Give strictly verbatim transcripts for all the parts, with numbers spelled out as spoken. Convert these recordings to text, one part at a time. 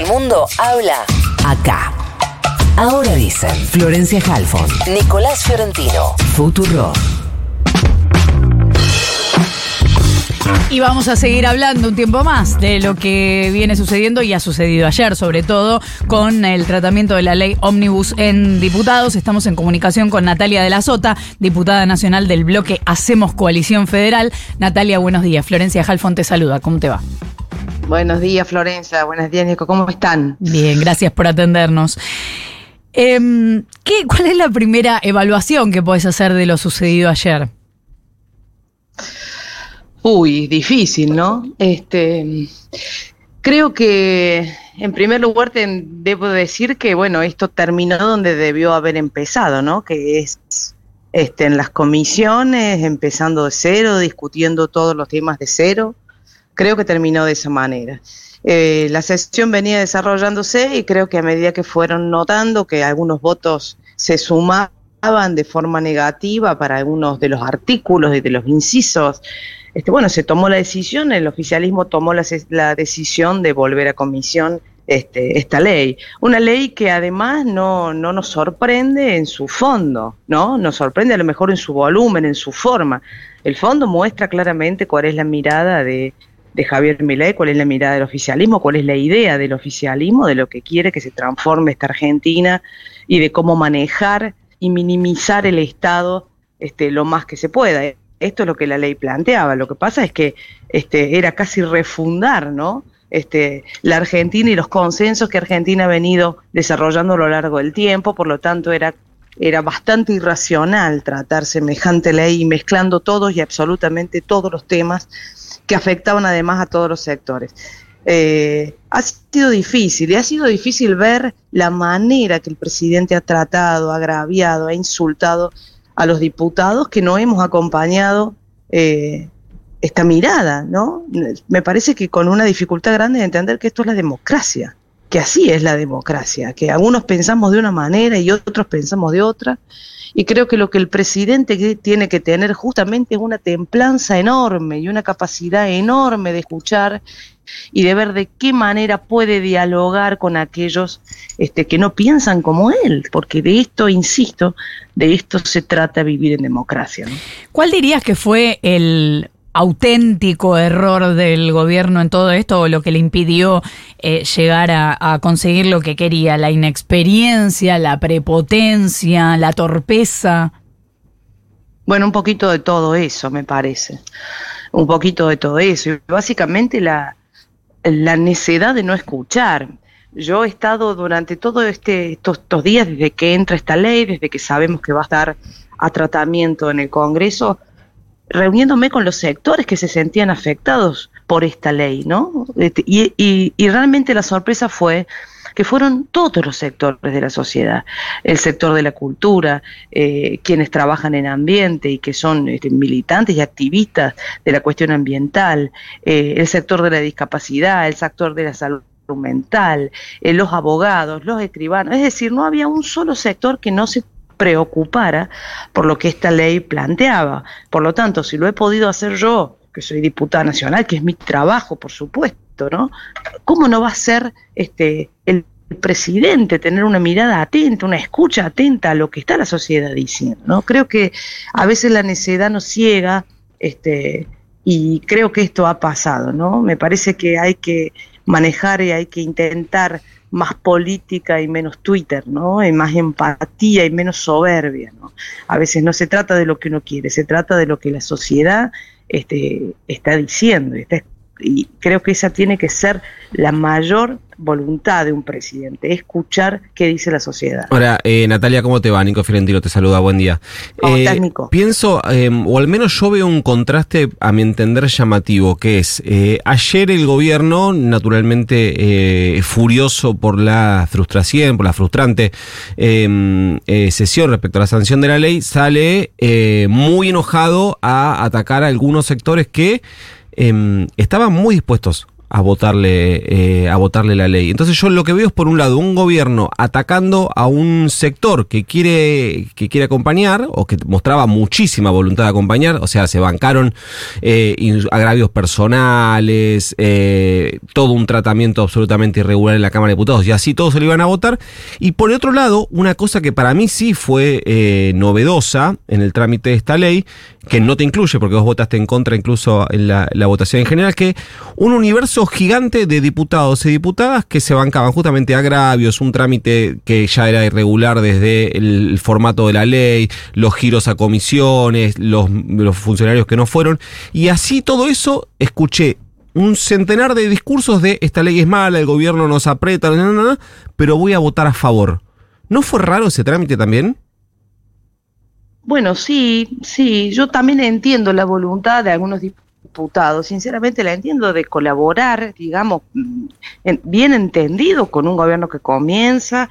el mundo habla acá. Ahora dicen Florencia Halfon, Nicolás Fiorentino, Futuro. Y vamos a seguir hablando un tiempo más de lo que viene sucediendo y ha sucedido ayer, sobre todo con el tratamiento de la ley Ómnibus en diputados. Estamos en comunicación con Natalia de la Sota, diputada nacional del bloque Hacemos Coalición Federal. Natalia, buenos días. Florencia Halfon te saluda. ¿Cómo te va? Buenos días, Florencia. Buenos días, Nico. ¿Cómo están? Bien, gracias por atendernos. Eh, ¿qué, ¿Cuál es la primera evaluación que podés hacer de lo sucedido ayer? Uy, difícil, ¿no? Este, creo que, en primer lugar, te, debo decir que, bueno, esto terminó donde debió haber empezado, ¿no? Que es este, en las comisiones, empezando de cero, discutiendo todos los temas de cero. Creo que terminó de esa manera. Eh, la sesión venía desarrollándose y creo que a medida que fueron notando que algunos votos se sumaban de forma negativa para algunos de los artículos y de los incisos, Este, bueno, se tomó la decisión, el oficialismo tomó la, la decisión de volver a comisión este, esta ley. Una ley que además no, no nos sorprende en su fondo, ¿no? Nos sorprende a lo mejor en su volumen, en su forma. El fondo muestra claramente cuál es la mirada de, de Javier Milei, cuál es la mirada del oficialismo, cuál es la idea del oficialismo, de lo que quiere que se transforme esta Argentina y de cómo manejar y minimizar el Estado este, lo más que se pueda. Esto es lo que la ley planteaba. Lo que pasa es que este, era casi refundar, ¿no? Este, la Argentina y los consensos que Argentina ha venido desarrollando a lo largo del tiempo. Por lo tanto, era, era bastante irracional tratar semejante ley mezclando todos y absolutamente todos los temas que afectaban además a todos los sectores. Eh, ha sido difícil, y ha sido difícil ver la manera que el presidente ha tratado, ha agraviado, ha insultado a los diputados que no hemos acompañado eh, esta mirada, ¿no? Me parece que con una dificultad grande de entender que esto es la democracia, que así es la democracia, que algunos pensamos de una manera y otros pensamos de otra, y creo que lo que el presidente tiene que tener justamente es una templanza enorme y una capacidad enorme de escuchar y de ver de qué manera puede dialogar con aquellos este, que no piensan como él, porque de esto, insisto, de esto se trata vivir en democracia, ¿no? ¿Cuál dirías que fue el auténtico error del gobierno en todo esto, o lo que le impidió eh, llegar a, a conseguir lo que quería? ¿La inexperiencia, la prepotencia, la torpeza? Bueno, un poquito de todo eso, me parece. Un poquito de todo eso. Y básicamente la, la necedad de no escuchar. Yo he estado durante todos este, estos, estos días, desde que entra esta ley, desde que sabemos que va a estar a tratamiento en el Congreso, reuniéndome con los sectores que se sentían afectados por esta ley, ¿no? Y, y, y realmente la sorpresa fue que fueron todos los sectores de la sociedad, el sector de la cultura, eh, quienes trabajan en ambiente y que son este, militantes y activistas de la cuestión ambiental, eh, el sector de la discapacidad, el sector de la salud mental, eh, los abogados, los escribanos. Es decir, no había un solo sector que no se preocupara por lo que esta ley planteaba. Por lo tanto, si lo he podido hacer yo, que soy diputada nacional, que es mi trabajo, por supuesto, ¿no? ¿Cómo no va a ser este el presidente tener una mirada atenta, una escucha atenta a lo que está la sociedad diciendo, ¿no? Creo que a veces la necedad nos ciega, este, y creo que esto ha pasado, ¿no? Me parece que hay que manejar y hay que intentar más política y menos Twitter, ¿no? Y más empatía y menos soberbia, ¿no? A veces no se trata de lo que uno quiere, se trata de lo que la sociedad este, está diciendo. Está, y creo que esa tiene que ser la mayor voluntad de un presidente, escuchar qué dice la sociedad. Ahora, eh, Natalia, ¿cómo te va? Nico Fiorentino te saluda, buen día. ¿Cómo eh, estás, Nico? Pienso, eh, o al menos yo veo un contraste, a mi entender, llamativo, que es, eh, ayer el gobierno, naturalmente eh, furioso por la frustración, por la frustrante eh, eh, sesión respecto a la sanción de la ley, sale eh, muy enojado a atacar a algunos sectores que eh, estaban muy dispuestos a votarle, eh, a votarle la ley. Entonces yo lo que veo es, por un lado, un gobierno atacando a un sector que quiere, que quiere acompañar, o que mostraba muchísima voluntad de acompañar, o sea, se bancaron eh, agravios personales, eh, todo un tratamiento absolutamente irregular en la Cámara de Diputados, y así todos se lo iban a votar. Y por otro lado, una cosa que para mí sí fue eh, novedosa en el trámite de esta ley, que no te incluye porque vos votaste en contra incluso en la, la votación en general, que un universo gigante de diputados y diputadas que se bancaban justamente agravios, un trámite que ya era irregular desde el, el formato de la ley, los giros a comisiones, los, los funcionarios que no fueron, y así todo eso escuché un centenar de discursos de esta ley es mala, el gobierno nos aprieta, no, no, no, pero voy a votar a favor. ¿No fue raro ese trámite también? Bueno, sí, sí, yo también entiendo la voluntad de algunos diputados, sinceramente la entiendo, de colaborar, digamos, en, bien entendido con un gobierno que comienza,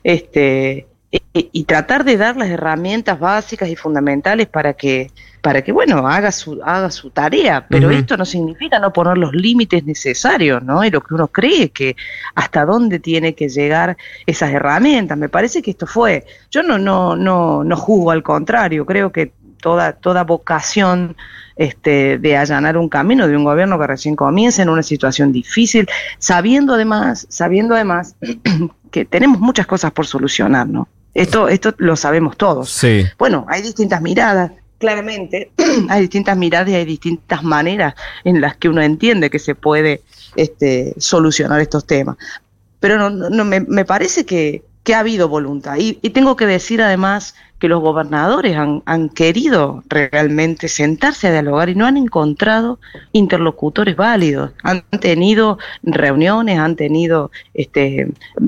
este, y, y tratar de dar las herramientas básicas y fundamentales para que, para que bueno, haga su, haga su tarea, pero uh-huh. esto no significa no poner los límites necesarios, ¿no? Y lo que uno cree que hasta dónde tiene que llegar esas herramientas. Me parece que esto fue, yo no, no, no, no juzgo, al contrario, creo que toda, toda vocación este, de allanar un camino de un gobierno que recién comienza en una situación difícil, sabiendo además, sabiendo además que tenemos muchas cosas por solucionar, ¿no? Esto, esto lo sabemos todos. Sí. Bueno, hay distintas miradas. Claramente hay distintas miradas y hay distintas maneras en las que uno entiende que se puede este, solucionar estos temas. Pero no, no me, me parece que, que ha habido voluntad. Y, y tengo que decir además que los gobernadores han, han querido realmente sentarse a dialogar y no han encontrado interlocutores válidos. Han tenido reuniones, han tenido este,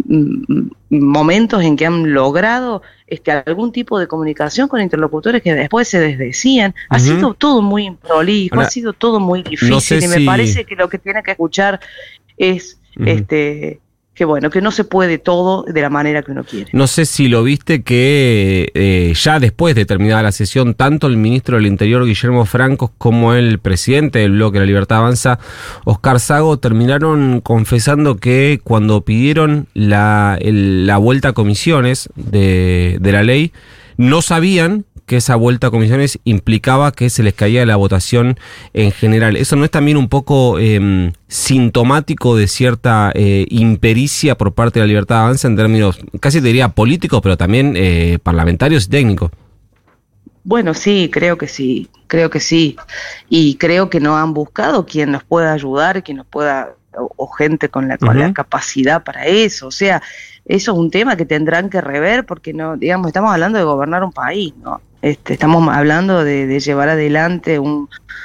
m- momentos en que han logrado este, algún tipo de comunicación con interlocutores que después se desdecían. Ha uh-huh. sido todo muy improlijo, Ahora, ha sido todo muy difícil, no sé y me si... parece que lo que tiene que escuchar es uh-huh. este que bueno, que no se puede todo de la manera que uno quiere. No sé si lo viste que eh, ya después de terminada la sesión, tanto el ministro del Interior, Guillermo Franco, como el presidente del Bloque de la Libertad Avanza, Oscar Sago, terminaron confesando que cuando pidieron la, el, la vuelta a comisiones de, de la ley, no sabían que esa vuelta a comisiones implicaba que se les caía la votación en general. ¿Eso no es también un poco eh, sintomático de cierta eh, impericia por parte de la Libertad Avanza en términos, casi te diría políticos, pero también eh, parlamentarios y técnicos? Bueno, sí, creo que sí, creo que sí. Y creo que no han buscado quien nos pueda ayudar, quien nos pueda, o, o gente con la, con uh-huh. la capacidad para eso. O sea, eso es un tema que tendrán que rever, porque no, digamos, estamos hablando de gobernar un país, ¿no? Este, estamos hablando de, de llevar adelante un,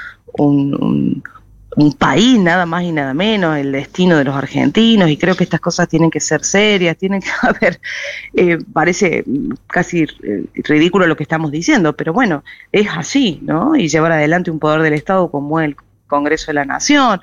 un, un, un país, nada más y nada menos, el destino de los argentinos, y creo que estas cosas tienen que ser serias, tienen que haber, eh, parece casi ridículo lo que estamos diciendo, pero bueno, es así, ¿no? Y llevar adelante un poder del Estado como el Congreso de la Nación.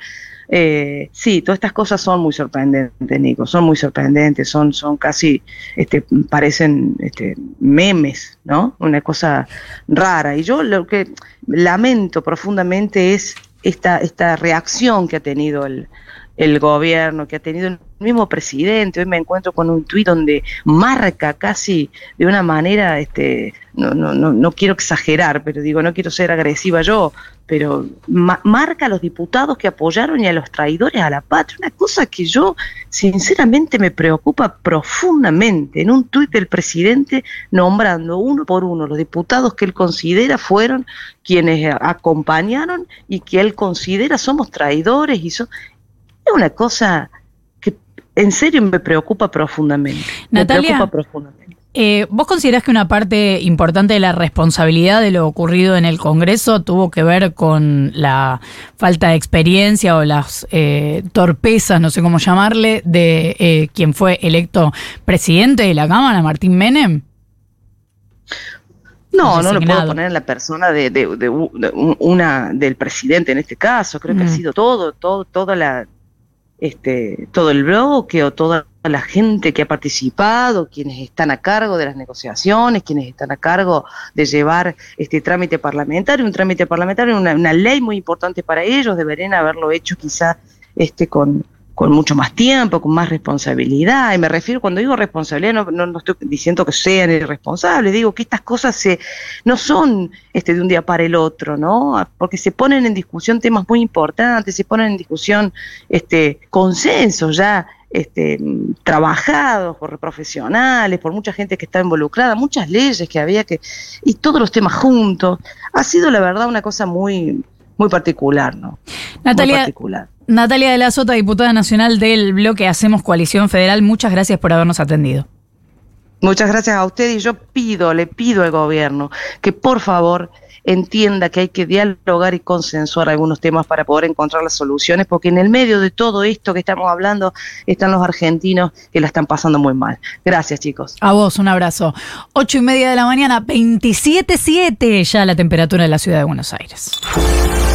Eh, sí, todas estas cosas son muy sorprendentes, Nico, son muy sorprendentes, son, son casi, este, parecen este, memes, ¿no? Una cosa rara. Y yo lo que lamento profundamente es esta, esta reacción que ha tenido el, el gobierno, que ha tenido el mismo presidente. Hoy me encuentro con un tuit donde marca casi de una manera, este, no, no, no, no quiero exagerar, pero digo, no quiero ser agresiva yo, pero ma- marca a los diputados que apoyaron y a los traidores a la patria, una cosa que yo sinceramente me preocupa profundamente. En un tuit del presidente nombrando uno por uno los diputados que él considera fueron quienes acompañaron y que él considera somos traidores, y son, es una cosa que en serio me preocupa profundamente. Natalia, me preocupa profundamente. Eh, ¿Vos considerás que una parte importante de la responsabilidad de lo ocurrido en el Congreso tuvo que ver con la falta de experiencia o las eh, torpezas, no sé cómo llamarle, de eh, quien fue electo presidente de la Cámara, Martín Menem? No, no lo puedo poner en la persona de, de, de, de una del presidente en este caso. Creo que mm. ha sido todo, todo, toda la, este, todo el bloque o toda la gente que ha participado, quienes están a cargo de las negociaciones, quienes están a cargo de llevar este trámite parlamentario, un trámite parlamentario, una, una ley muy importante para ellos. Deberían haberlo hecho quizá este, con, con mucho más tiempo, con más responsabilidad. Y me refiero, cuando digo responsabilidad, no, no, no estoy diciendo que sean irresponsables, digo que estas cosas se, no son este, de un día para el otro, ¿no? Porque se ponen en discusión temas muy importantes, se ponen en discusión este, consensos ya este, trabajados por profesionales, por mucha gente que está involucrada, muchas leyes que había que, y todos los temas juntos. Ha sido, la verdad, una cosa muy, muy particular, ¿no? Natalia, muy particular. Natalia de la Sota, diputada nacional del bloque Hacemos Coalición Federal, muchas gracias por habernos atendido. Muchas gracias a usted, y yo pido, le pido al gobierno que por favor entienda que hay que dialogar y consensuar algunos temas para poder encontrar las soluciones, porque en el medio de todo esto que estamos hablando están los argentinos que la están pasando muy mal. Gracias, chicos. A vos, un abrazo. Ocho y media de la mañana, veintisiete punto siete ya la temperatura de la ciudad de Buenos Aires.